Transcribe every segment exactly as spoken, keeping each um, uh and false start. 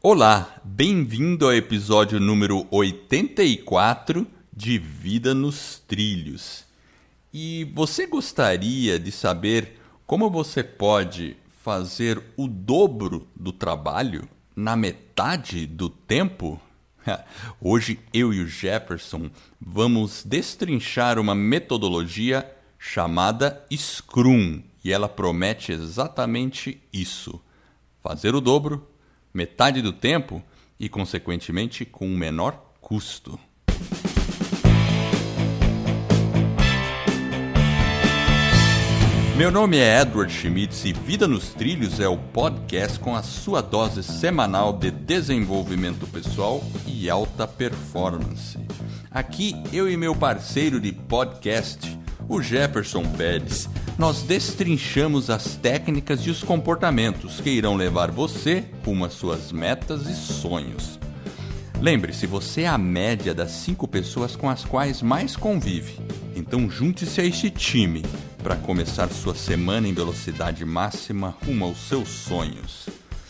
Olá, bem-vindo ao episódio número oitenta e quatro de Vida nos Trilhos. E você gostaria de saber como você pode fazer o dobro do trabalho na metade do tempo? Hoje eu e o Jefferson vamos destrinchar uma metodologia chamada Scrum e ela promete exatamente isso: fazer o dobro, metade do tempo e, consequentemente, com o menor custo. Meu nome é Edward Schmitz e Vida nos Trilhos é o podcast com a sua dose semanal de desenvolvimento pessoal e alta performance. Aqui, eu e meu parceiro de podcast, o Jefferson Pérez, nós destrinchamos as técnicas e os comportamentos que irão levar você rumo às suas metas e sonhos. Lembre-se, você é a média das cinco pessoas com as quais mais convive. Então junte-se a este time para começar sua semana em velocidade máxima rumo aos seus sonhos.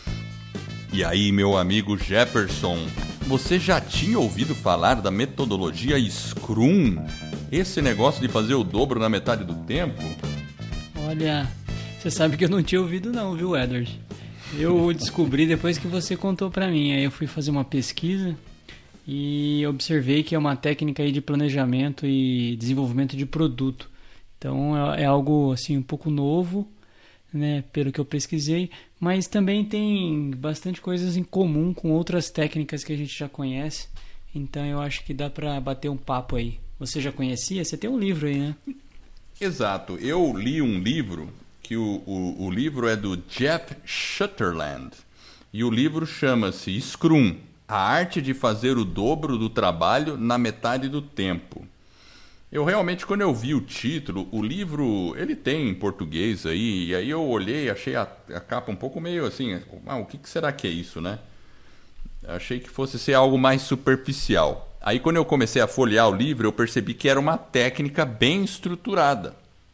E aí, meu amigo Jefferson, você já tinha ouvido falar da metodologia Scrum? Esse negócio de fazer o dobro na metade do tempo? Olha, você sabe que eu não tinha ouvido não, viu, Edward? Eu descobri depois que você contou pra mim. Aí eu fui fazer uma pesquisa e observei que é uma técnica aí de planejamento e desenvolvimento de produto. Então é algo assim um pouco novo, né, pelo que eu pesquisei, mas também tem bastante coisas em comum com outras técnicas que a gente já conhece. Então eu acho que dá pra bater um papo aí. Você já conhecia? Você tem um livro aí, né? Exato. Eu li um livro, que o, o, o livro é do Jeff Sutherland. E o livro chama-se Scrum, a arte de fazer o dobro do trabalho na metade do tempo. Eu realmente, quando eu vi o título, o livro, ele tem em português aí, e aí eu olhei, achei a, a capa um pouco meio assim, ah, o que, que será que é isso, né? Achei que fosse ser algo mais superficial. Aí quando eu comecei a folhear o livro, eu percebi que era uma técnica bem estruturada.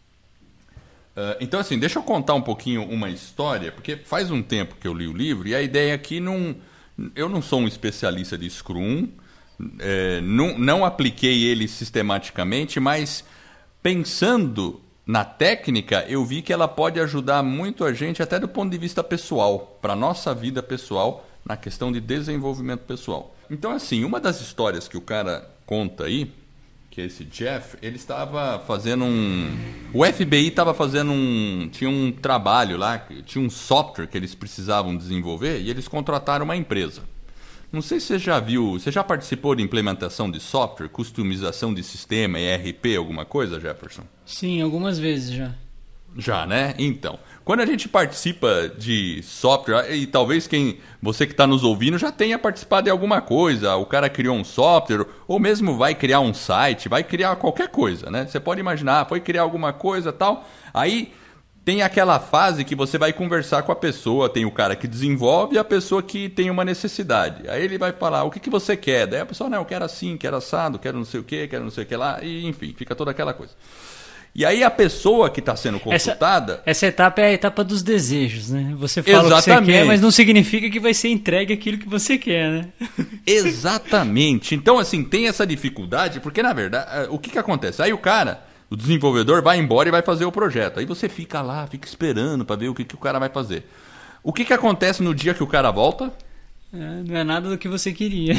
Uh, então assim, deixa eu contar um pouquinho uma história, porque faz um tempo que eu li o livro, e a ideia aqui não... Eu não sou um especialista de Scrum, é, não, não apliquei ele sistematicamente, mas pensando na técnica, eu vi que ela pode ajudar muito a gente, até do ponto de vista pessoal, para a nossa vida pessoal, na questão de desenvolvimento pessoal. Então, assim, uma das histórias que o cara conta aí, que é esse Jeff, ele estava fazendo um... O F B I estava fazendo um... Tinha um trabalho lá, tinha um software que eles precisavam desenvolver e eles contrataram uma empresa. Não sei se você já viu... Você já participou de implementação de software, customização de sistema, E R P, alguma coisa, Jefferson? Sim, algumas vezes já. Já, né? Então, quando a gente participa de software, e talvez quem você que está nos ouvindo já tenha participado de alguma coisa, o cara criou um software, ou mesmo vai criar um site, vai criar qualquer coisa, né? Você pode imaginar, foi criar alguma coisa tal, aí tem aquela fase que você vai conversar com a pessoa, tem o cara que desenvolve e a pessoa que tem uma necessidade. Aí ele vai falar, o que, que você quer? Daí a pessoa, não, eu quero assim, quero assado, quero não sei o que, quero não sei o que lá, e enfim, fica toda aquela coisa. E aí a pessoa que está sendo consultada... Essa, essa etapa é a etapa dos desejos, né? Você fala Exatamente. O que você quer, mas não significa que vai ser entregue aquilo que você quer, né? Exatamente. Então, assim, tem essa dificuldade, porque, na verdade, o que, que acontece? Aí o cara, o desenvolvedor, vai embora e vai fazer o projeto. Aí você fica lá, fica esperando para ver o que, que o cara vai fazer. O que, que acontece no dia que o cara volta? É, não é nada do que você queria.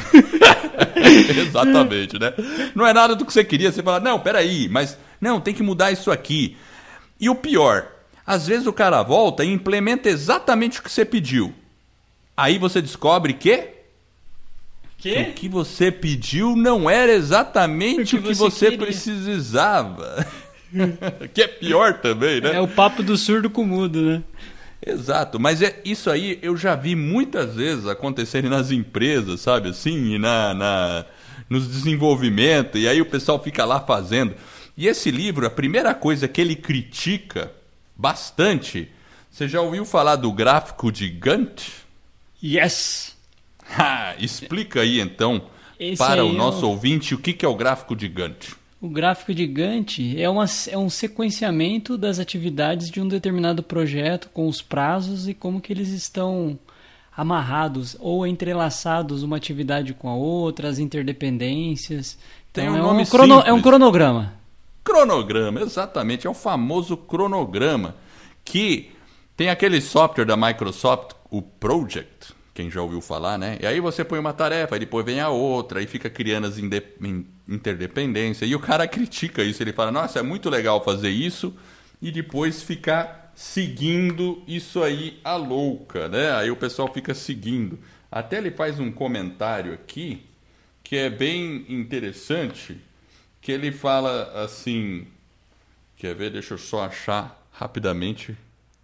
Exatamente, né? Não é nada do que você queria. Você fala, não, peraí, mas não, tem que mudar isso aqui. E o pior, às vezes o cara volta e implementa exatamente o que você pediu. Aí você descobre que, que? o que você pediu não era exatamente o que, o que você, você precisava. Que é pior também, né? É o papo do surdo com o mudo, né? Exato, mas é, isso aí eu já vi muitas vezes acontecerem nas empresas, sabe, assim, e na, na, nos desenvolvimentos, e aí o pessoal fica lá fazendo. E esse livro, a primeira coisa que ele critica bastante, você já ouviu falar do gráfico de Gantt? Yes! Ha, explica aí então, esse para aí o nosso é o... ouvinte, o que, que é o gráfico de Gantt. O gráfico de Gantt é, uma, é um sequenciamento das atividades de um determinado projeto com os prazos e como que eles estão amarrados ou entrelaçados uma atividade com a outra, as interdependências. Tem Então, um é, nome um crono, simples. é um cronograma. Cronograma, exatamente. É o famoso cronograma, que tem aquele software da Microsoft, o Project, quem já ouviu falar, né? E aí você põe uma tarefa, aí depois vem a outra, aí fica criando as interdependências. E o cara critica isso, ele fala, nossa, é muito legal fazer isso e depois ficar seguindo isso aí à louca, né? Aí o pessoal fica seguindo. Até ele faz um comentário aqui que é bem interessante, que ele fala assim, quer ver? Deixa eu só achar rapidamente.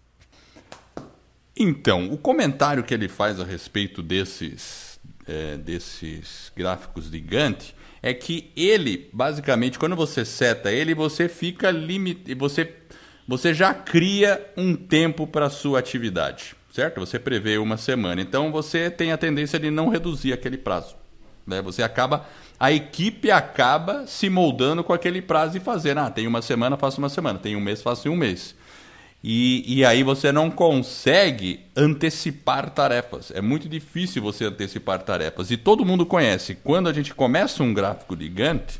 Então, o comentário que ele faz a respeito desses, é, desses gráficos de Gantt é que ele, basicamente, quando você seta ele, você fica limitado, você, você já cria um tempo para a sua atividade, certo? Você prevê uma semana, então você tem a tendência de não reduzir aquele prazo, né? Você acaba, a equipe acaba se moldando com aquele prazo e fazendo, ah, tem uma semana, faço uma semana, tem um mês, faço um mês. E, e aí você não consegue antecipar tarefas. É muito difícil você antecipar tarefas. E todo mundo conhece. Quando a gente começa um gráfico de Gantt,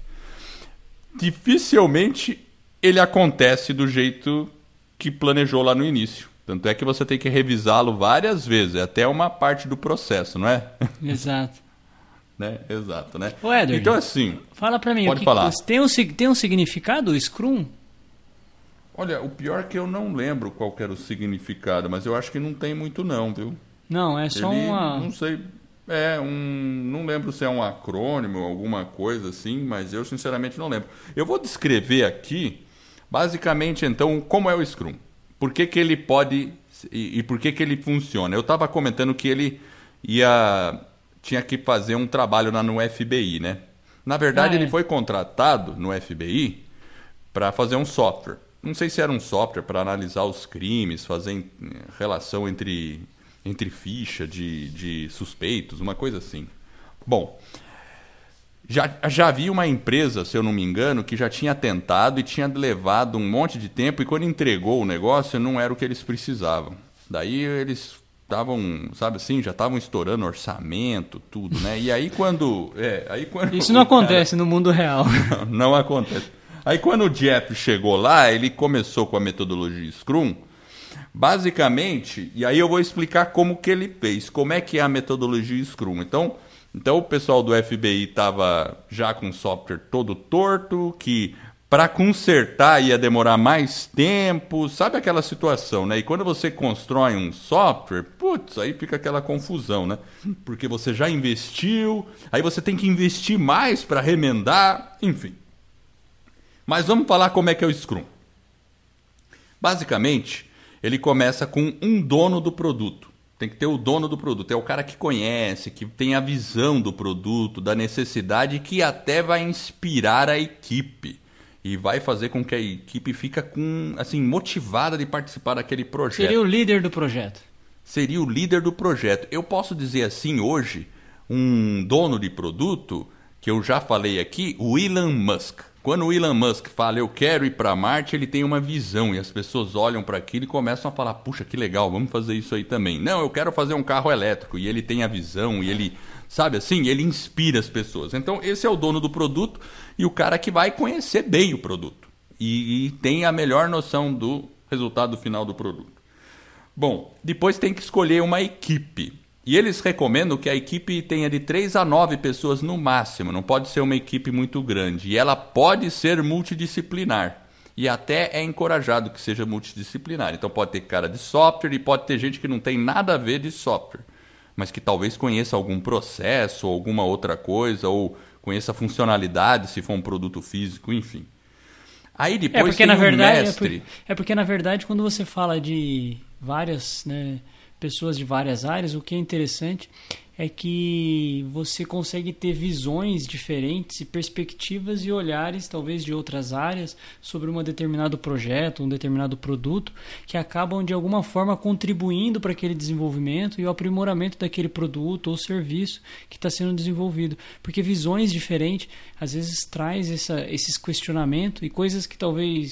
dificilmente ele acontece do jeito que planejou lá no início. Tanto é que você tem que revisá-lo várias vezes. É até uma parte do processo, não é? Exato. né? Exato, né? Ô, Éder, então assim, fala pra mim, pode o que, falar. Tem, um, tem um significado o Scrum? Olha, o pior é que eu não lembro qual que era o significado, mas eu acho que não tem muito não, viu? Não, é só Ele, uma... Não sei, é um... Não lembro se é um acrônimo, alguma coisa assim, mas eu sinceramente não lembro. Eu vou descrever aqui, basicamente, então, como é o Scrum. Por que que ele pode... E, e por que que ele funciona? Eu estava comentando que ele ia... Tinha que fazer um trabalho lá no F B I, né? Na verdade, Ah, é. ele foi contratado no F B I para fazer um software. Não sei se era um software para analisar os crimes, fazer relação entre, entre ficha de, de suspeitos, uma coisa assim. Bom, já, já havia uma empresa, se eu não me engano, que já tinha tentado e tinha levado um monte de tempo, e quando entregou o negócio não era o que eles precisavam. Daí eles estavam, sabe assim, já estavam estourando orçamento, tudo, né? E aí quando... É, aí quando Isso não acontece cara... no mundo real. Não, não acontece. Aí quando o Jeff chegou lá, ele começou com a metodologia Scrum, basicamente, e aí eu vou explicar como que ele fez, como é que é a metodologia Scrum. Então, então o pessoal do F B I estava já com o software todo torto, que para consertar ia demorar mais tempo, sabe aquela situação, né? E quando você constrói um software, putz, aí fica aquela confusão, né? Porque você já investiu, aí você tem que investir mais para remendar, enfim. Mas vamos falar como é que é o Scrum. Basicamente, ele começa com um dono do produto. Tem que ter o dono do produto. É o cara que conhece, que tem a visão do produto, da necessidade, que até vai inspirar a equipe. E vai fazer com que a equipe fique com, assim, motivada de participar daquele projeto. Seria o líder do projeto. Seria o líder do projeto. Eu posso dizer assim hoje, um dono de produto, que eu já falei aqui, o Elon Musk. Quando o Elon Musk fala, eu quero ir para Marte, ele tem uma visão e as pessoas olham para aquilo e começam a falar, puxa, que legal, vamos fazer isso aí também. Não, eu quero fazer um carro elétrico e ele tem a visão e ele, sabe assim, ele inspira as pessoas. Então esse é o dono do produto e o cara que vai conhecer bem o produto e, e tem a melhor noção do resultado final do produto. Bom, depois tem que escolher uma equipe. E eles recomendam que a equipe tenha de três a nove pessoas no máximo. Não pode ser uma equipe muito grande. E ela pode ser multidisciplinar. E até é encorajado que seja multidisciplinar. Então pode ter cara de software e pode ter gente que não tem nada a ver de software. Mas que talvez conheça algum processo ou alguma outra coisa. Ou conheça funcionalidade se for um produto físico, enfim. Aí depois é porque, tem na um verdade, mestre... É, por, é porque na verdade quando você fala de várias... né, pessoas de várias áreas, o que é interessante é que você consegue ter visões diferentes e perspectivas e olhares, talvez, de outras áreas sobre um determinado projeto, um determinado produto, que acabam, de alguma forma, contribuindo para aquele desenvolvimento e o aprimoramento daquele produto ou serviço que está sendo desenvolvido. Porque visões diferentes, às vezes, traz essa, esses questionamentos e coisas que talvez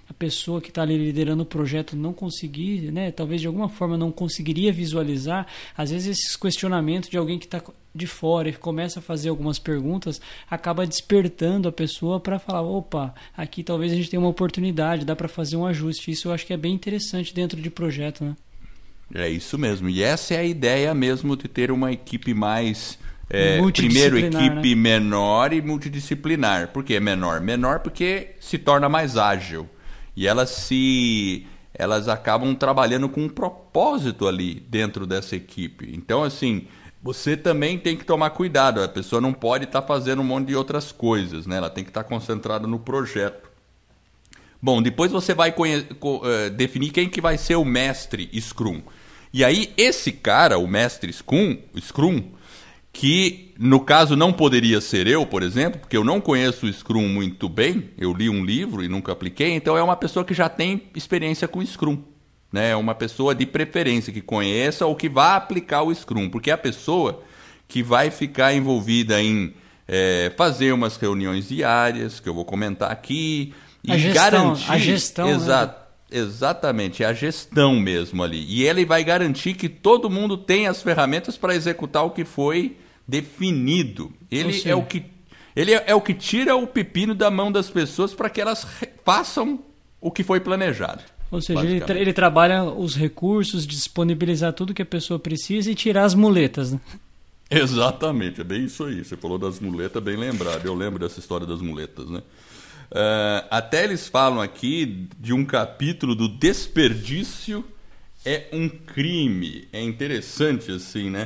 a pessoa que está ali liderando o projeto não conseguir, né, talvez de alguma forma não conseguiria visualizar, às vezes esses questionamentos de alguém que está de fora e começa a fazer algumas perguntas, acaba despertando a pessoa para falar, opa, aqui talvez a gente tenha uma oportunidade, dá para fazer um ajuste. Isso eu acho que é bem interessante dentro de projeto, né? É isso mesmo. E essa é a ideia mesmo de ter uma equipe mais... É, primeiro, equipe, né? Menor e multidisciplinar. Por que menor? Menor porque se torna mais ágil. E elas se... elas acabam trabalhando com um propósito ali dentro dessa equipe. Então, assim... você também tem que tomar cuidado. A pessoa não pode estar tá fazendo um monte de outras coisas, né? Ela tem que estar tá concentrada no projeto. Bom, depois você vai conhe- co- uh, definir quem que vai ser o mestre Scrum. E aí, esse cara, o mestre Scrum, Scrum, que no caso não poderia ser eu, por exemplo, porque eu não conheço o Scrum muito bem, eu li um livro e nunca apliquei, então é uma pessoa que já tem experiência com Scrum. Né, uma pessoa de preferência que conheça ou que vá aplicar o Scrum, porque é a pessoa que vai ficar envolvida em é, fazer umas reuniões diárias, que eu vou comentar aqui, e a gestão, garantir... A gestão, exa- né? Exatamente, a gestão mesmo ali. E ele vai garantir que todo mundo tem as ferramentas para executar o que foi definido. Ele é o que, ele é, é o que tira o pepino da mão das pessoas para que elas façam o que foi planejado. Ou seja, ele, tra- ele trabalha os recursos, disponibilizar tudo que a pessoa precisa e tirar as muletas, né? Exatamente, é bem isso aí. Você falou das muletas, bem lembrado. Eu lembro dessa história das muletas, né? Uh, até eles falam aqui de um capítulo do desperdício é um crime. É interessante, assim, né?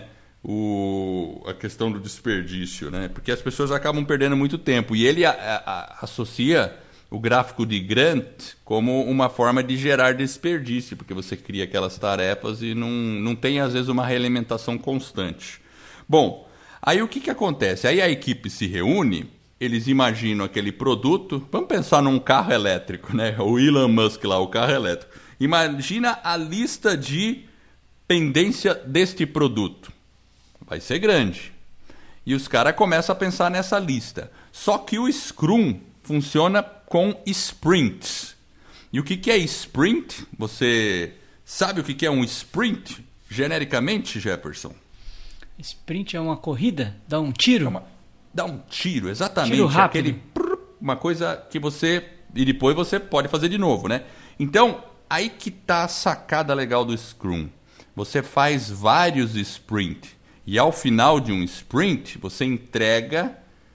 O, a questão do desperdício, né? Porque as pessoas acabam perdendo muito tempo. E ele a, a, associa... o gráfico de Gantt como uma forma de gerar desperdício, porque você cria aquelas tarefas e não, não tem, às vezes, uma realimentação constante. Bom, aí o que, que acontece? Aí a equipe se reúne, eles imaginam aquele produto, vamos pensar num carro elétrico, né? O Elon Musk lá, o carro elétrico. Imagina a lista de pendência deste produto. Vai ser grande. E os caras começam a pensar nessa lista. Só que o Scrum funciona com sprints. E o que, que é sprint? Você sabe o que, que é um sprint? Genericamente, Jefferson? Sprint é uma corrida? Dá um tiro? É uma, dá um tiro, exatamente. Tiro rápido. Aquele, uma coisa que você... e depois você pode fazer de novo, né? Então, aí que está a sacada legal do Scrum. Você faz vários sprints. E ao final de um sprint, você entrega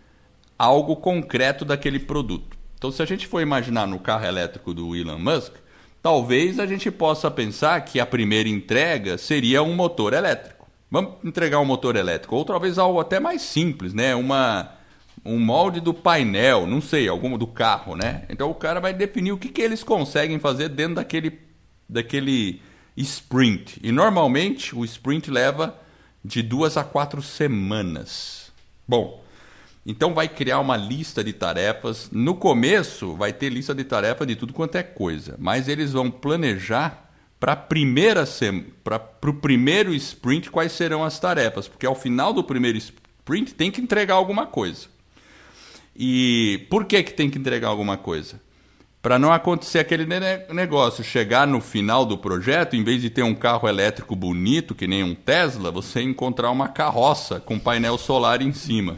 algo concreto daquele produto. Então, se a gente for imaginar no carro elétrico do Elon Musk, talvez a gente possa pensar que a primeira entrega seria um motor elétrico. Vamos entregar um motor elétrico. Ou talvez algo até mais simples, né? Uma, um molde do painel, não sei, alguma do carro, né? Então, o cara vai definir o que, que eles conseguem fazer dentro daquele, daquele sprint. E, normalmente, o sprint leva de duas a quatro semanas. Bom... então vai criar uma lista de tarefas. No começo vai ter lista de tarefas de tudo quanto é coisa. Mas eles vão planejar para primeira sem... o primeiro sprint quais serão as tarefas. Porque ao final do primeiro sprint tem que entregar alguma coisa. E por que, que tem que entregar alguma coisa? Para não acontecer aquele negócio, chegar no final do projeto, em vez de ter um carro elétrico bonito, que nem um Tesla, você encontrar uma carroça com painel solar em cima.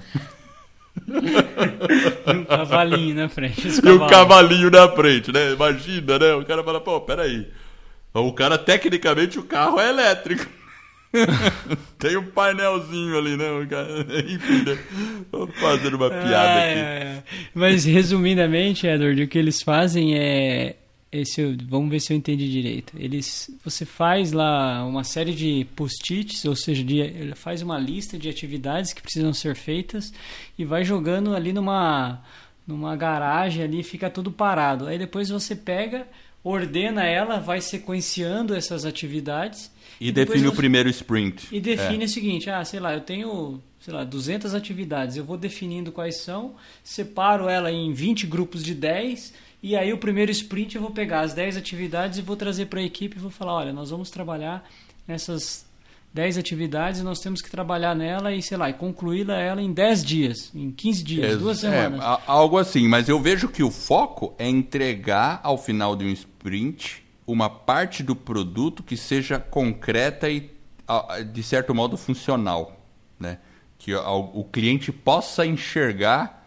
E um cavalinho na frente. E um cavalinho na frente, né? Imagina, né? O cara fala, pô, peraí. O cara, tecnicamente, o carro é elétrico. Tem um painelzinho ali, né? O cara... enfim, né? Tô fazendo uma piada ah, aqui. É, é. Mas, resumidamente, Edward, o que eles fazem é... Esse, vamos ver se eu entendi direito. Eles, você faz lá uma série de post-its, ou seja, de, ele faz uma lista de atividades que precisam ser feitas e vai jogando ali numa, numa garagem ali, fica tudo parado. Aí depois você pega, ordena ela, vai sequenciando essas atividades. E, e define você, o primeiro sprint. E define é. o seguinte, ah, sei lá, eu tenho... sei lá, duzentas atividades, eu vou definindo quais são, separo ela em vinte grupos de dez, e aí o primeiro sprint eu vou pegar as dez atividades e vou trazer para a equipe e vou falar, olha, nós vamos trabalhar nessas, dez atividades e nós temos que trabalhar nela e, sei lá, e concluí-la ela em dez dias, em quinze dias, é, duas semanas. É, algo assim, mas eu vejo que o foco é entregar ao final de um sprint uma parte do produto que seja concreta e, de certo modo, funcional, né? Que o cliente possa enxergar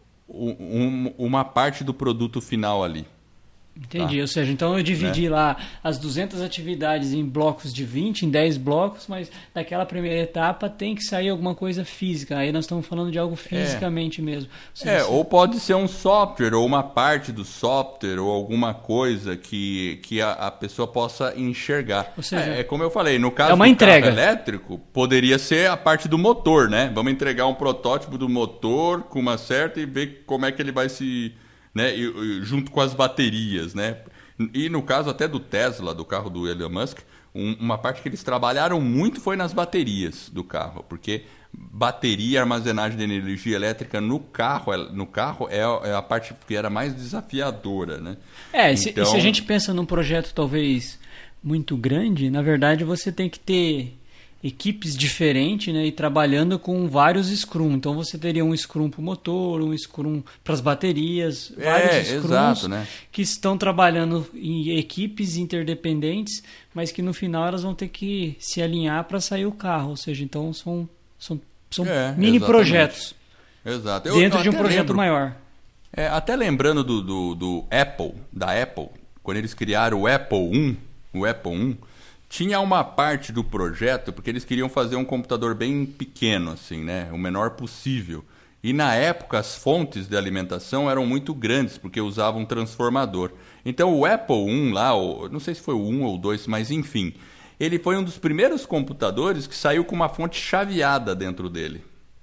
um, uma parte do produto final ali. Entendi, tá? Ou seja, então eu dividi né? lá as duzentas atividades em blocos de vinte, em dez blocos, mas naquela primeira etapa tem que sair alguma coisa física. Aí nós estamos falando de algo fisicamente é. mesmo. Ou seja, é, ou pode ser um software, ou uma parte do software, ou alguma coisa que, que a, a pessoa possa enxergar. Ou seja, é, é como eu falei, no caso é uma do entrega. carro elétrico, poderia ser a parte do motor, né? Vamos entregar um protótipo do motor com uma certa e ver como é que ele vai se... Né, e, e, junto com as baterias, né? E no caso até do Tesla, do carro do Elon Musk, um, uma parte que eles trabalharam muito foi nas baterias do carro, porque bateria e armazenagem de energia elétrica no carro, no carro é, é a parte que era mais desafiadora, né? É, se, então... se a gente pensa num projeto talvez muito grande, na verdade você tem que ter equipes diferentes, né, e trabalhando com vários Scrum. Então você teria um Scrum para o motor, um Scrum para as baterias, é, vários Scrums exato, né? que estão trabalhando em equipes interdependentes, mas que no final elas vão ter que se alinhar para sair o carro. Ou seja, então são, são, são é, mini exatamente. projetos Exato. Eu, dentro eu de um projeto lembro, maior. É, até lembrando do, do, do Apple, da Apple, quando eles criaram o Apple um, o Apple um, tinha uma parte do projeto, porque eles queriam fazer um computador bem pequeno, assim, né? O menor possível. E na época as fontes de alimentação eram muito grandes, porque usavam um transformador. Então o Apple um lá, não sei se foi o um ou o dois, mas enfim, ele foi um dos primeiros computadores que saiu com uma fonte chaveada dentro dele.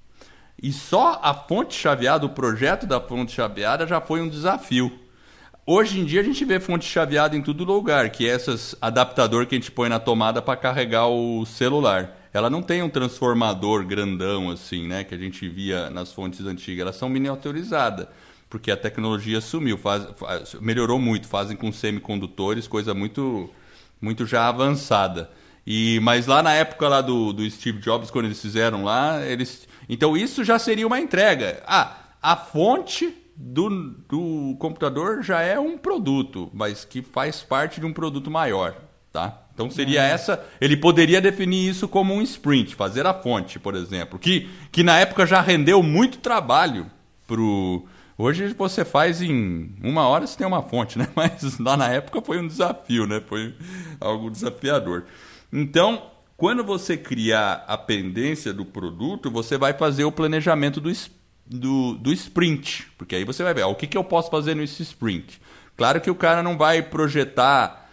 E só a fonte chaveada, o projeto da fonte chaveada já foi um desafio. Hoje em dia a gente vê fonte chaveada em todo lugar, que é esses adaptador que a gente põe na tomada para carregar o celular. Ela não tem um transformador grandão assim, né, que a gente via nas fontes antigas. Elas são miniaturizadas, porque a tecnologia sumiu, faz, faz, melhorou muito, fazem com semicondutores, coisa muito, muito já avançada. E, mas lá na época lá do, do Steve Jobs, quando eles fizeram lá, eles... Então isso já seria uma entrega. Ah, a fonte... Do, do computador já é um produto, mas que faz parte de um produto maior, tá? Então seria uhum. essa... Ele poderia definir isso como um sprint, fazer a fonte, por exemplo, que, que na época já rendeu muito trabalho pro... Hoje você faz em uma hora, você tem uma fonte, né? Mas lá na época foi um desafio, né? Foi algo desafiador. Então, quando você criar a pendência do produto, você vai fazer o planejamento do sprint. Do, do sprint, porque aí você vai ver, ó, o que, que eu posso fazer nesse sprint. Claro que o cara não vai projetar,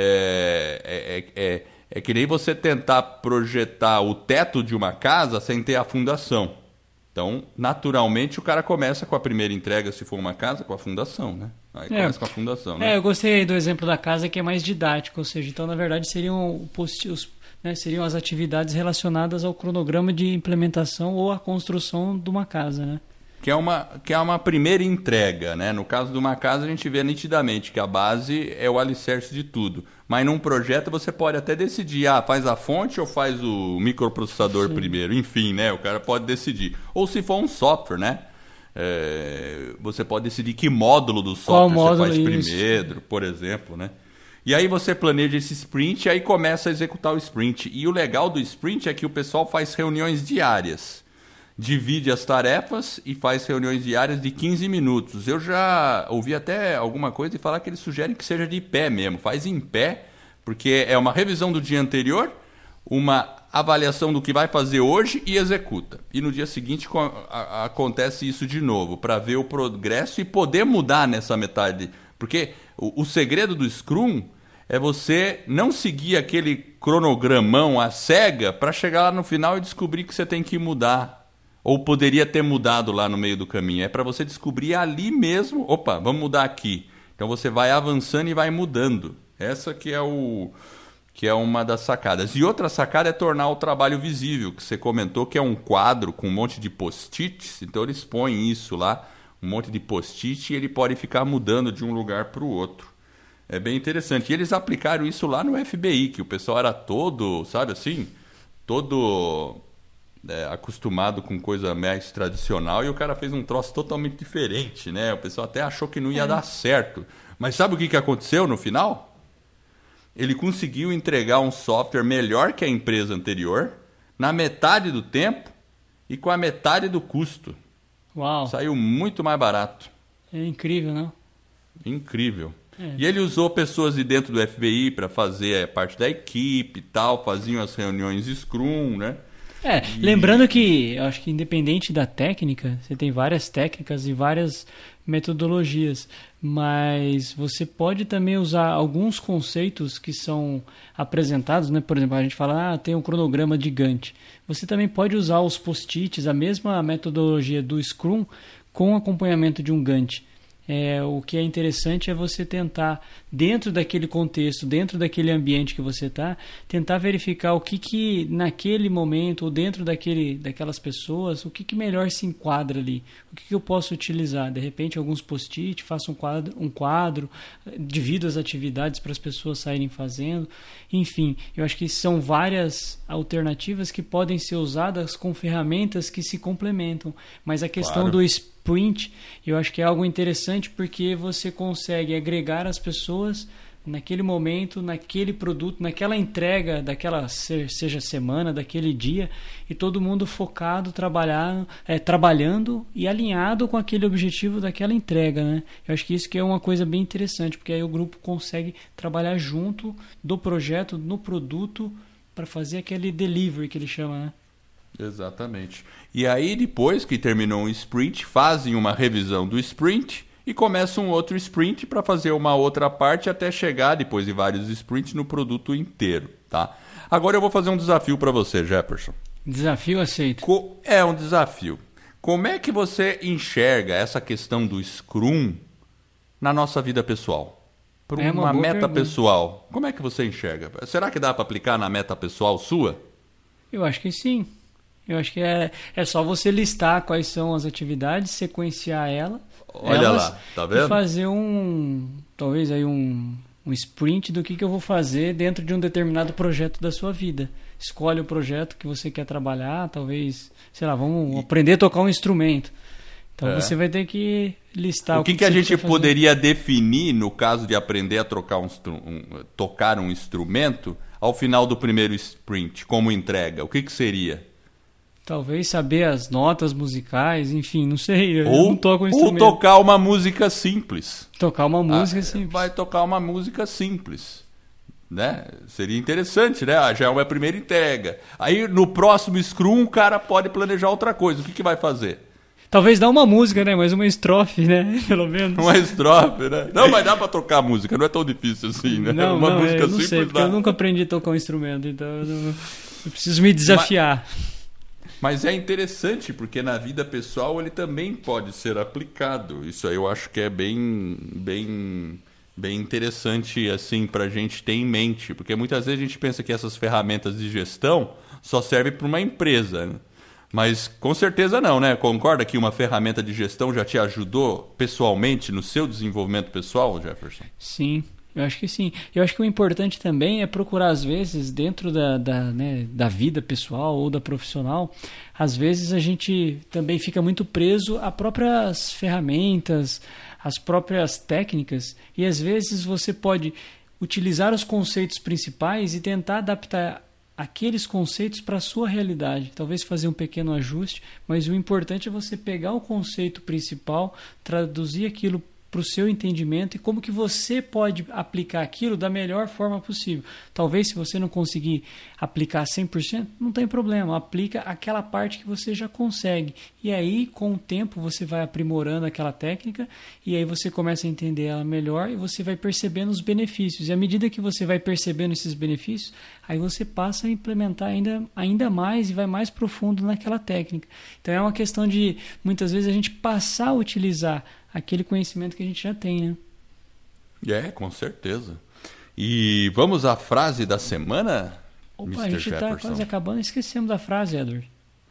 é, é, é, é que nem você tentar projetar o teto de uma casa sem ter a fundação. Então, naturalmente, o cara começa com a primeira entrega, se for uma casa, com a fundação, né? Aí é, começa com a fundação, né? É, eu gostei do exemplo da casa que é mais didático, ou seja, então, na verdade, seriam post- os Né, seriam as atividades relacionadas ao cronograma de implementação ou à construção de uma casa, né? Que é uma, que é uma primeira entrega, né? No caso de uma casa, a gente vê nitidamente que a base é o alicerce de tudo. Mas num projeto você pode até decidir, ah, faz a fonte ou faz o microprocessador Sim. primeiro. Enfim, né? O cara pode decidir. Ou se for um software, né? É, você pode decidir que módulo do software módulo você faz isso? primeiro, por exemplo, né? E aí você planeja esse sprint e aí começa a executar o sprint. E o legal do sprint é que o pessoal faz reuniões diárias. Divide as tarefas e faz reuniões diárias de quinze minutos. Eu já ouvi até alguma coisa e falar que eles sugerem que seja de pé mesmo. Faz em pé, porque é uma revisão do dia anterior, uma avaliação do que vai fazer hoje e executa. E no dia seguinte acontece isso de novo, para ver o progresso e poder mudar nessa metade. Porque o, o segredo do Scrum é você não seguir aquele cronogramão à cega para chegar lá no final e descobrir que você tem que mudar. Ou poderia ter mudado lá no meio do caminho. É para você descobrir ali mesmo, opa, vamos mudar aqui. Então você vai avançando e vai mudando. Essa que é, o, que é uma das sacadas. E outra sacada é tornar o trabalho visível, que você comentou que é um quadro com um monte de post-its. Então eles põem isso lá, um monte de post-it, e ele pode ficar mudando de um lugar para o outro. É bem interessante. E eles aplicaram isso lá no F B I, que o pessoal era todo, sabe assim, todo é, acostumado com coisa mais tradicional e o cara fez um troço totalmente diferente, né? O pessoal até achou que não ia é. dar certo. Mas sabe o que, que aconteceu no final? Ele conseguiu entregar um software melhor que a empresa anterior, na metade do tempo e com a metade do custo. Uau! Saiu muito mais barato. É incrível, não? Incrível. É. E ele usou pessoas de dentro do F B I para fazer parte da equipe e tal, faziam as reuniões Scrum, né? É, e... lembrando que, eu acho que independente da técnica, você tem várias técnicas e várias metodologias, mas você pode também usar alguns conceitos que são apresentados, né? Por exemplo, a gente fala, ah, tem um cronograma de Gantt. Você também pode usar os post-its, a mesma metodologia do Scrum, com acompanhamento de um Gantt. É, o que é interessante é você tentar, dentro daquele contexto, dentro daquele ambiente que você está, tentar verificar o que, que naquele momento, ou dentro daquele, daquelas pessoas, o que, que melhor se enquadra ali, o que, que eu posso utilizar. De repente, alguns post-it, faço um quadro, um quadro, divido as atividades para as pessoas saírem fazendo. Enfim, eu acho que são várias alternativas que podem ser usadas com ferramentas que se complementam, mas a questão Claro. do sprint, eu acho que é algo interessante porque você consegue agregar as pessoas naquele momento, naquele produto, naquela entrega daquela, seja semana, daquele dia, e todo mundo focado, trabalhar, é, trabalhando e alinhado com aquele objetivo daquela entrega, né? Eu acho que isso que é uma coisa bem interessante, porque aí o grupo consegue trabalhar junto do projeto, no produto, para fazer aquele delivery que ele chama, né? Exatamente. E aí, depois que terminou um sprint, fazem uma revisão do sprint e começam um outro sprint para fazer uma outra parte até chegar, depois de vários sprints, no produto inteiro, tá? Agora eu vou fazer um desafio para você, Jefferson. Desafio aceito. Co- É um desafio. Como é que você enxerga essa questão do Scrum na nossa vida pessoal? Para É uma, uma boa meta pergunta. pessoal. Como é que você enxerga? Será que dá para aplicar na meta pessoal sua? Eu acho que sim. Eu acho que é, é só você listar quais são as atividades, sequenciar ela, Olha elas lá, tá vendo? e fazer um, talvez aí um, um sprint do que, que eu vou fazer dentro de um determinado projeto da sua vida. Escolhe o projeto que você quer trabalhar, talvez, sei lá, vamos E- aprender a tocar um instrumento. Então É. você vai ter que listar O o que, que, que a você gente quer fazer. poderia definir no caso de aprender a trocar um, instru- um- tocar um instrumento ao final do primeiro sprint, como entrega? O que, que seria? Talvez saber as notas musicais, enfim, não sei, eu Ou, não toco um ou instrumento. tocar uma música simples. Tocar uma música Ah, assim. Vai tocar uma música simples. Né? Seria interessante, né? Ah, já é uma primeira entrega. Aí no próximo Scrum o cara pode planejar outra coisa. O que, que vai fazer? Talvez não uma música, né? Mas uma estrofe, né? Pelo menos. Uma estrofe, né? Não, mas dá pra tocar música, não é tão difícil assim, né? Não, uma não, música eu não simples sei, porque dá. eu nunca aprendi a tocar um instrumento, então eu, não- eu preciso me desafiar. Mas é interessante, porque na vida pessoal ele também pode ser aplicado. Isso aí eu acho que é bem, bem, bem interessante assim, para a gente ter em mente. Porque muitas vezes a gente pensa que essas ferramentas de gestão só servem para uma empresa, né? Mas com certeza não, né? Concorda que uma ferramenta de gestão já te ajudou pessoalmente no seu desenvolvimento pessoal, Jefferson? Sim, eu acho que sim. Eu acho que o importante também é procurar, às vezes, dentro da, da, né, da vida pessoal ou da profissional, às vezes a gente também fica muito preso a próprias ferramentas, as próprias técnicas, e às vezes você pode utilizar os conceitos principais e tentar adaptar aqueles conceitos para a sua realidade. Talvez fazer um pequeno ajuste, mas o importante é você pegar o conceito principal, traduzir aquilo para o seu entendimento e como que você pode aplicar aquilo da melhor forma possível. Talvez se você não conseguir aplicar cem por cento, não tem problema, aplica aquela parte que você já consegue. E aí, com o tempo, você vai aprimorando aquela técnica e aí você começa a entender ela melhor e você vai percebendo os benefícios. E à medida que você vai percebendo esses benefícios, aí você passa a implementar ainda, ainda mais e vai mais profundo naquela técnica. Então é uma questão de, muitas vezes, a gente passar a utilizar aquele conhecimento que a gente já tem, né? É, com certeza. E vamos à frase da semana, Opa, mister a gente está Jefferson? quase acabando, esquecemos da frase, Edward.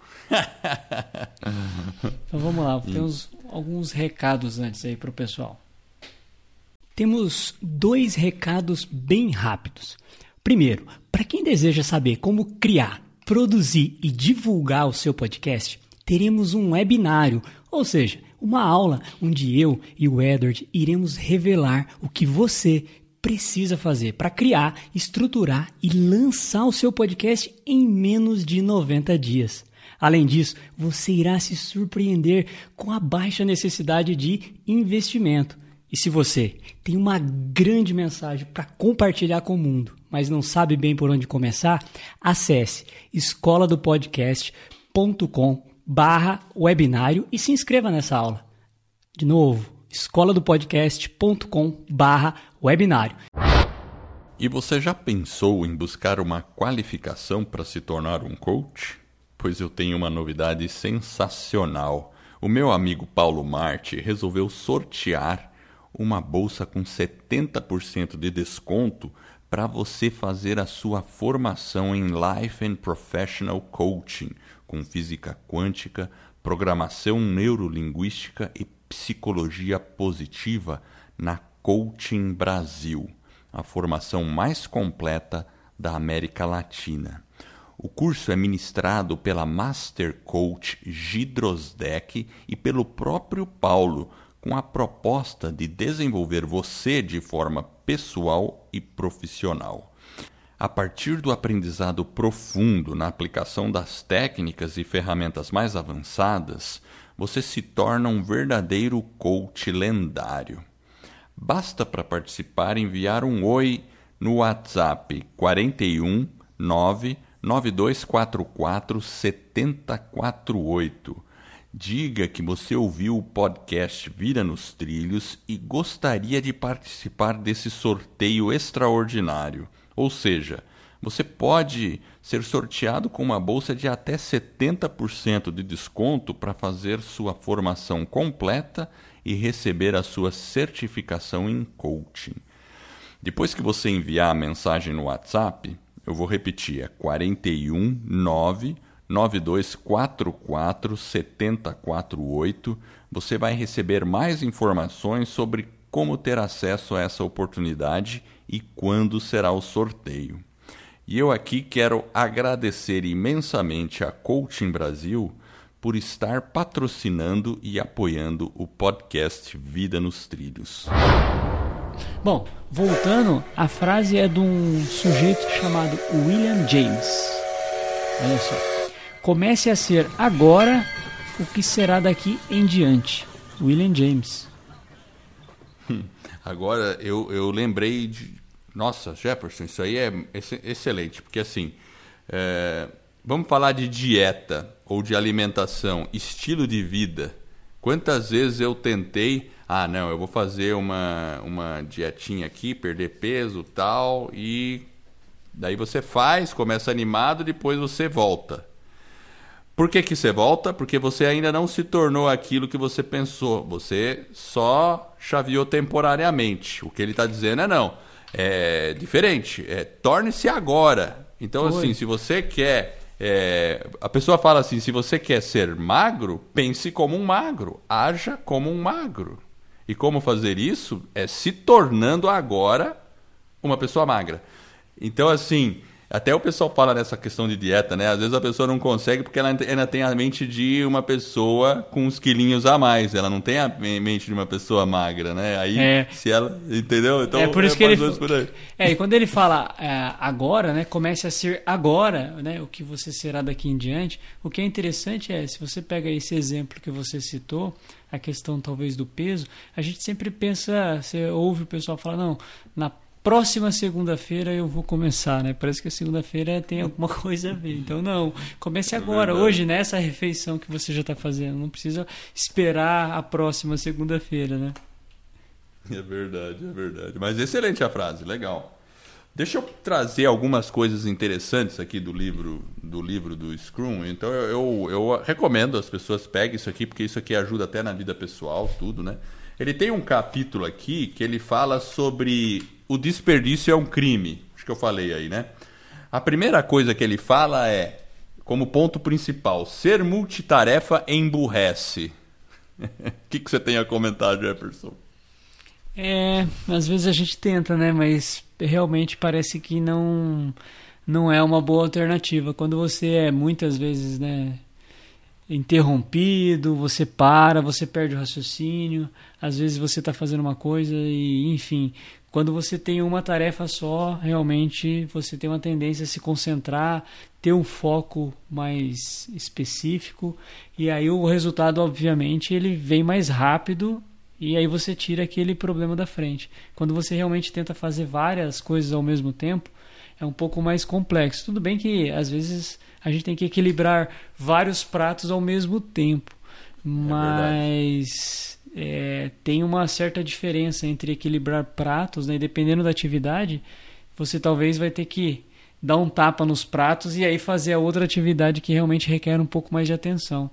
Então vamos lá, temos alguns recados antes aí para o pessoal. Temos dois recados bem rápidos. Primeiro, para quem deseja saber como criar, produzir e divulgar o seu podcast, teremos um webinário, ou seja, uma aula onde eu e o Edward iremos revelar o que você precisa fazer para criar, estruturar e lançar o seu podcast em menos de noventa dias. Além disso, você irá se surpreender com a baixa necessidade de investimento. E se você tem uma grande mensagem para compartilhar com o mundo, mas não sabe bem por onde começar, acesse escola do podcast ponto com barra webinário e se inscreva nessa aula. De novo, escola do podcast ponto com barra webinário. E você já pensou em buscar uma qualificação para se tornar um coach? Pois eu tenho uma novidade sensacional. O meu amigo Paulo Marte resolveu sortear uma bolsa com setenta por cento de desconto para você fazer a sua formação em Life and Professional Coaching, com física quântica, programação neurolinguística e psicologia positiva na Coaching Brasil, a formação mais completa da América Latina. O curso é ministrado pela Master Coach Gidrosdeck e pelo próprio Paulo, com a proposta de desenvolver você de forma pessoal e profissional. A partir do aprendizado profundo na aplicação das técnicas e ferramentas mais avançadas, você se torna um verdadeiro coach lendário. Basta para participar enviar um oi no WhatsApp quatro um nove nove dois quatro quatro sete zero quatro oito. Diga que você ouviu o podcast Vida nos Trilhos e gostaria de participar desse sorteio extraordinário. Ou seja, você pode ser sorteado com uma bolsa de até setenta por cento de desconto para fazer sua formação completa e receber a sua certificação em coaching. Depois que você enviar a mensagem no WhatsApp, eu vou repetir, é quatro um nove nove dois quatro quatro sete zero quatro oito. Você vai receber mais informações sobre como ter acesso a essa oportunidade e quando será o sorteio. E eu aqui quero agradecer imensamente a Coaching Brasil por estar patrocinando e apoiando o podcast Vida nos Trilhos. Bom, voltando, a frase é de um sujeito chamado William James. Olha só. Comece a ser agora o que será daqui em diante. William James. Agora eu, eu lembrei de... Nossa, Jefferson, isso aí é excelente. Porque assim, é... vamos falar de dieta ou de alimentação, estilo de vida. Quantas vezes eu tentei... Ah, não, eu vou fazer uma, uma dietinha aqui, perder peso e tal. E daí você faz, começa animado, depois você volta. Por que que você volta? Porque você ainda não se tornou aquilo que você pensou. Você só chaveou temporariamente. O que ele está dizendo é não. É diferente. É, torne-se agora. Então, Oi. assim, se você quer... É, a pessoa fala assim, se você quer ser magro, pense como um magro. Haja como um magro. E como fazer isso? É se tornando agora uma pessoa magra. Então, assim... Até o pessoal fala nessa questão de dieta, né? Às vezes a pessoa não consegue porque ela ainda tem a mente de uma pessoa com uns quilinhos a mais. Ela não tem a mente de uma pessoa magra, né? Aí, é. se ela... Entendeu? Então, é por isso é que ele... Por aí. É, e quando ele fala é, agora, né? Comece a ser agora, né? O que você será daqui em diante. O que é interessante é, se você pega esse exemplo que você citou, a questão talvez do peso, a gente sempre pensa... Você ouve o pessoal falar, não, na próxima segunda-feira eu vou começar, né? Parece que a segunda-feira tem alguma coisa a ver. Então, não, comece agora, é hoje, nessa refeição que você já está fazendo. Não precisa esperar a próxima segunda-feira, né? É verdade, é verdade. Mas excelente a frase, legal. Deixa eu trazer algumas coisas interessantes aqui do livro do, livro do Scrum. Então, eu, eu, eu recomendo as pessoas peguem isso aqui, porque isso aqui ajuda até na vida pessoal, tudo, né? Ele tem um capítulo aqui que ele fala sobre o desperdício é um crime. Acho que eu falei aí, né? A primeira coisa que ele fala é, como ponto principal, ser multitarefa emburrece. O que, que você tem a comentar, Jefferson? É, às vezes a gente tenta, né? Mas realmente parece que não... não é uma boa alternativa. Quando você é muitas vezes, né, interrompido, você para, você perde o raciocínio, às vezes você está fazendo uma coisa e, enfim, quando você tem uma tarefa só, realmente você tem uma tendência a se concentrar, ter um foco mais específico, e aí o resultado, obviamente, ele vem mais rápido, e aí você tira aquele problema da frente. Quando você realmente tenta fazer várias coisas ao mesmo tempo, é um pouco mais complexo. Tudo bem que, às vezes, a gente tem que equilibrar vários pratos ao mesmo tempo, mas é, tem uma certa diferença entre equilibrar pratos, né? E dependendo da atividade, você talvez vai ter que dar um tapa nos pratos e aí fazer a outra atividade que realmente requer um pouco mais de atenção.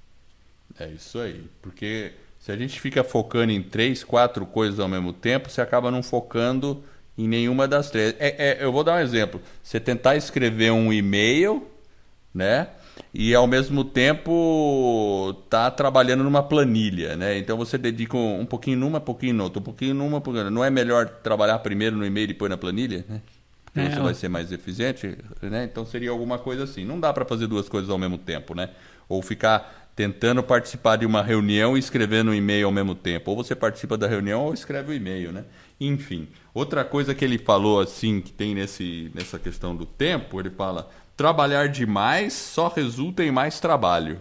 É isso aí, porque se a gente fica focando em três, quatro coisas ao mesmo tempo, você acaba não focando em nenhuma das três. É, é, eu vou dar um exemplo. Você tentar escrever um e-mail, né? E ao mesmo tempo tá trabalhando numa planilha, né? Então você dedica um, um pouquinho numa, um pouquinho noutra, um pouquinho numa, um pouquinho... Não é melhor trabalhar primeiro no e-mail e depois na planilha, né? Porque é, você ó. vai ser mais eficiente, né? Então seria alguma coisa assim. Não dá para fazer duas coisas ao mesmo tempo, né? Ou ficar tentando participar de uma reunião e escrevendo um e-mail ao mesmo tempo. Ou você participa da reunião ou escreve o e-mail, né? Enfim, outra coisa que ele falou assim, que tem nesse, nessa questão do tempo, ele fala: trabalhar demais só resulta em mais trabalho.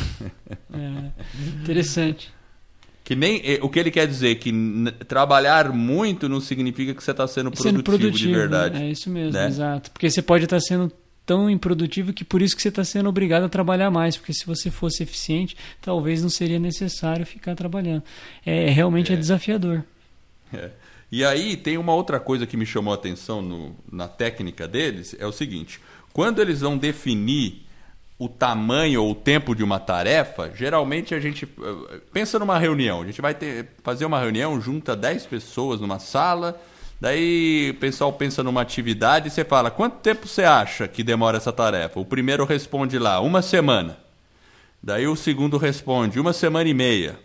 É, interessante. Que nem, o que ele quer dizer, que n- trabalhar muito não significa que você está sendo, sendo produtivo de verdade. É isso mesmo, né? Exato. Porque você pode estar sendo tão improdutivo que por isso que você está sendo obrigado a trabalhar mais, porque se você fosse eficiente, talvez não seria necessário ficar trabalhando. É, realmente é, é desafiador. É. E aí tem uma outra coisa que me chamou a atenção no, na técnica deles, é o seguinte: quando eles vão definir o tamanho ou o tempo de uma tarefa, geralmente a gente pensa numa reunião, a gente vai ter, fazer uma reunião, junta dez pessoas numa sala, daí o pessoal pensa numa atividade e você fala: quanto tempo você acha que demora essa tarefa? O primeiro responde lá, uma semana. Daí o segundo responde, uma semana e meia.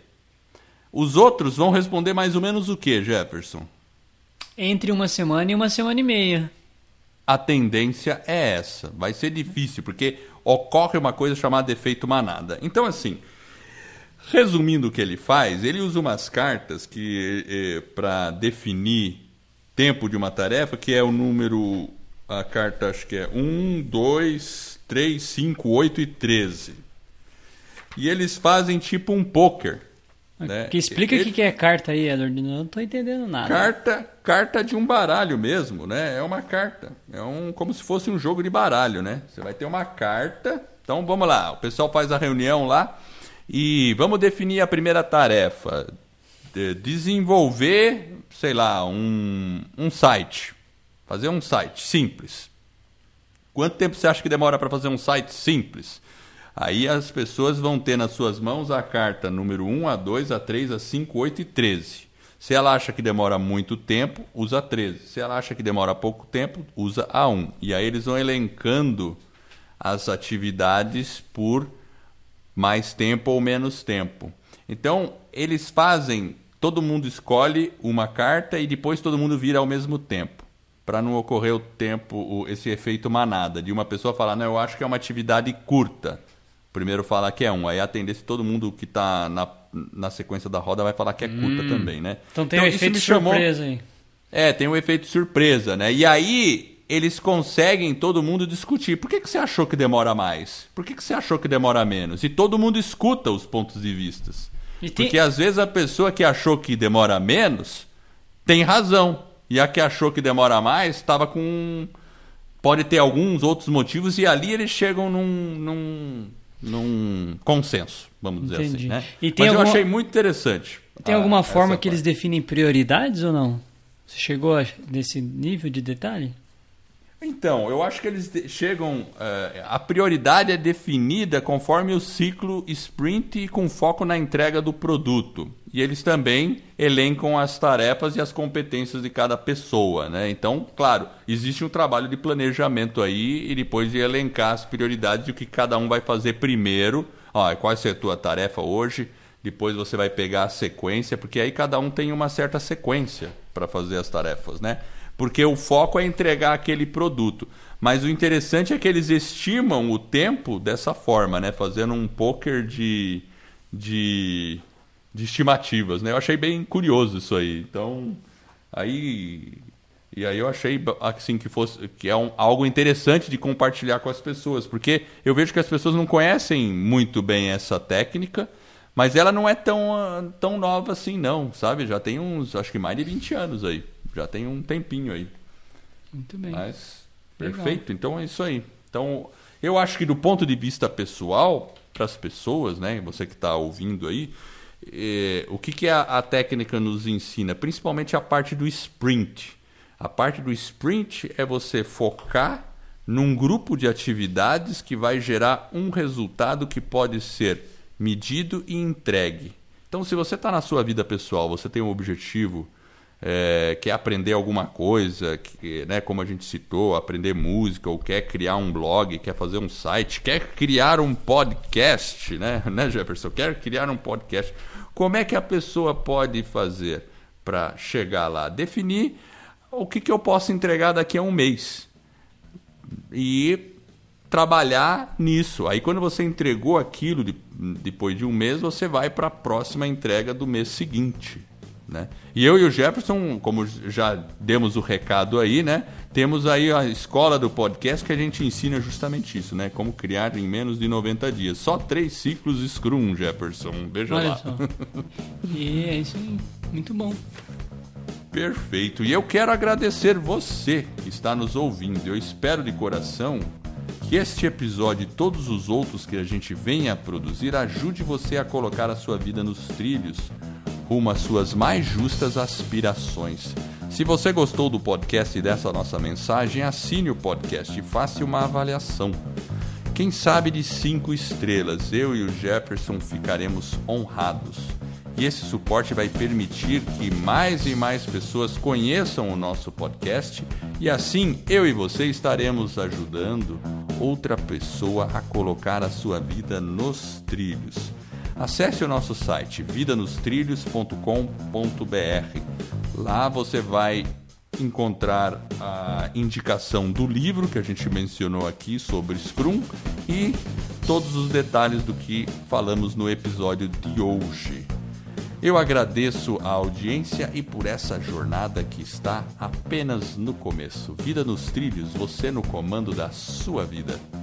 Os outros vão responder mais ou menos o que, Jefferson? Entre uma semana e uma semana e meia. A tendência é essa. Vai ser difícil, porque ocorre uma coisa chamada efeito manada. Então, assim, resumindo o que ele faz, ele usa umas cartas que é, para definir tempo de uma tarefa, que é o número, a carta acho que é um, dois, três, cinco, oito e treze. E eles fazem tipo um poker. Né? Que explica o ele... que é carta aí, Edward. Eu não estou entendendo nada. Carta, carta de um baralho mesmo, né? É uma carta. É um, como se fosse um jogo de baralho, né? Você vai ter uma carta. Então vamos lá. O pessoal faz a reunião lá e vamos definir a primeira tarefa. De desenvolver, sei lá, um, um site. Fazer um site simples. Quanto tempo você acha que demora para fazer um site simples? Aí as pessoas vão ter nas suas mãos a carta número um, a dois, a três, a cinco, oito e treze. Se ela acha que demora muito tempo, usa a treze. Se ela acha que demora pouco tempo, usa a um. E aí eles vão elencando as atividades por mais tempo ou menos tempo. Então, eles fazem, todo mundo escolhe uma carta e depois todo mundo vira ao mesmo tempo. Para não ocorrer o tempo, esse efeito manada, de uma pessoa falar, não, eu acho que é uma atividade curta. Primeiro fala que é um, aí a tendência todo mundo que está na, na sequência da roda vai falar que é curta hum. também, né? Então tem o então, efeito surpresa chamou... aí. É, tem o efeito surpresa, né? E aí eles conseguem todo mundo discutir. Por que, que você achou que demora mais? Por que, que você achou que demora menos? E todo mundo escuta os pontos de vista. Tem... Porque às vezes a pessoa que achou que demora menos tem razão. E a que achou que demora mais estava com... Pode ter alguns outros motivos e ali eles chegam num... num... num consenso, vamos dizer Entendi. assim, né? E tem Mas alguma... eu achei muito interessante. Tem a, alguma forma que parte. eles definem prioridades ou não? Você chegou a, nesse nível de detalhe? Então, eu acho que eles de- chegam... Uh, a prioridade é definida conforme o ciclo sprint e com foco na entrega do produto. E eles também elencam as tarefas e as competências de cada pessoa, né? Então, claro, existe um trabalho de planejamento aí e depois de elencar as prioridades e o que cada um vai fazer primeiro. Ó, qual é a tua tarefa hoje? Depois você vai pegar a sequência, porque aí cada um tem uma certa sequência para fazer as tarefas, né? porque o foco é entregar aquele produto. Mas o interessante é que eles estimam o tempo dessa forma, né? Fazendo um poker de, de, de estimativas, né? Eu achei bem curioso isso aí. Então, aí... E aí eu achei assim, que, fosse, que é um, algo interessante de compartilhar com as pessoas, porque eu vejo que as pessoas não conhecem muito bem essa técnica, mas ela não é tão, tão nova assim não, sabe? Já tem uns, acho que mais de vinte anos aí, já tem um tempinho aí. Muito bem. Mas, Legal. perfeito, então é isso aí. Então, eu acho que do ponto de vista pessoal, para as pessoas, né, você que está ouvindo aí, eh, o que, que a, a técnica nos ensina? Principalmente a parte do sprint. A parte do sprint é você focar num grupo de atividades que vai gerar um resultado que pode ser medido e entregue. Então, se você está na sua vida pessoal, você tem um objetivo, é, quer aprender alguma coisa, que, né, como a gente citou, aprender música, ou quer criar um blog, quer fazer um site, quer criar um podcast, né, né Jefferson? Quer criar um podcast. Como é que a pessoa pode fazer para chegar lá? Definir o que, que eu posso entregar daqui a um mês e trabalhar nisso. Aí quando você entregou aquilo, de, depois de um mês, você vai para a próxima entrega do mês seguinte, né? E eu e o Jefferson, como já demos o recado aí, né, temos aí a escola do podcast que a gente ensina justamente isso, né? Como criar em menos de noventa dias. Só três ciclos Scrum, Jefferson. Veja Olha lá. só. E é isso aí. Muito bom. Perfeito. E eu quero agradecer você que está nos ouvindo. Eu espero de coração que este episódio e todos os outros que a gente venha a produzir ajude você a colocar a sua vida nos trilhos, rumo às suas mais justas aspirações. Se você gostou do podcast e dessa nossa mensagem, assine o podcast e faça uma avaliação. Quem sabe de cinco estrelas, eu e o Jefferson ficaremos honrados. E esse suporte vai permitir que mais e mais pessoas conheçam o nosso podcast e assim eu e você estaremos ajudando outra pessoa a colocar a sua vida nos trilhos. Acesse o nosso site vida nos trilhos ponto com ponto b r. Lá você vai encontrar a indicação do livro que a gente mencionou aqui sobre Scrum e todos os detalhes do que falamos no episódio de hoje. Eu agradeço a audiência e por essa jornada que está apenas no começo. Vida nos trilhos, você no comando da sua vida.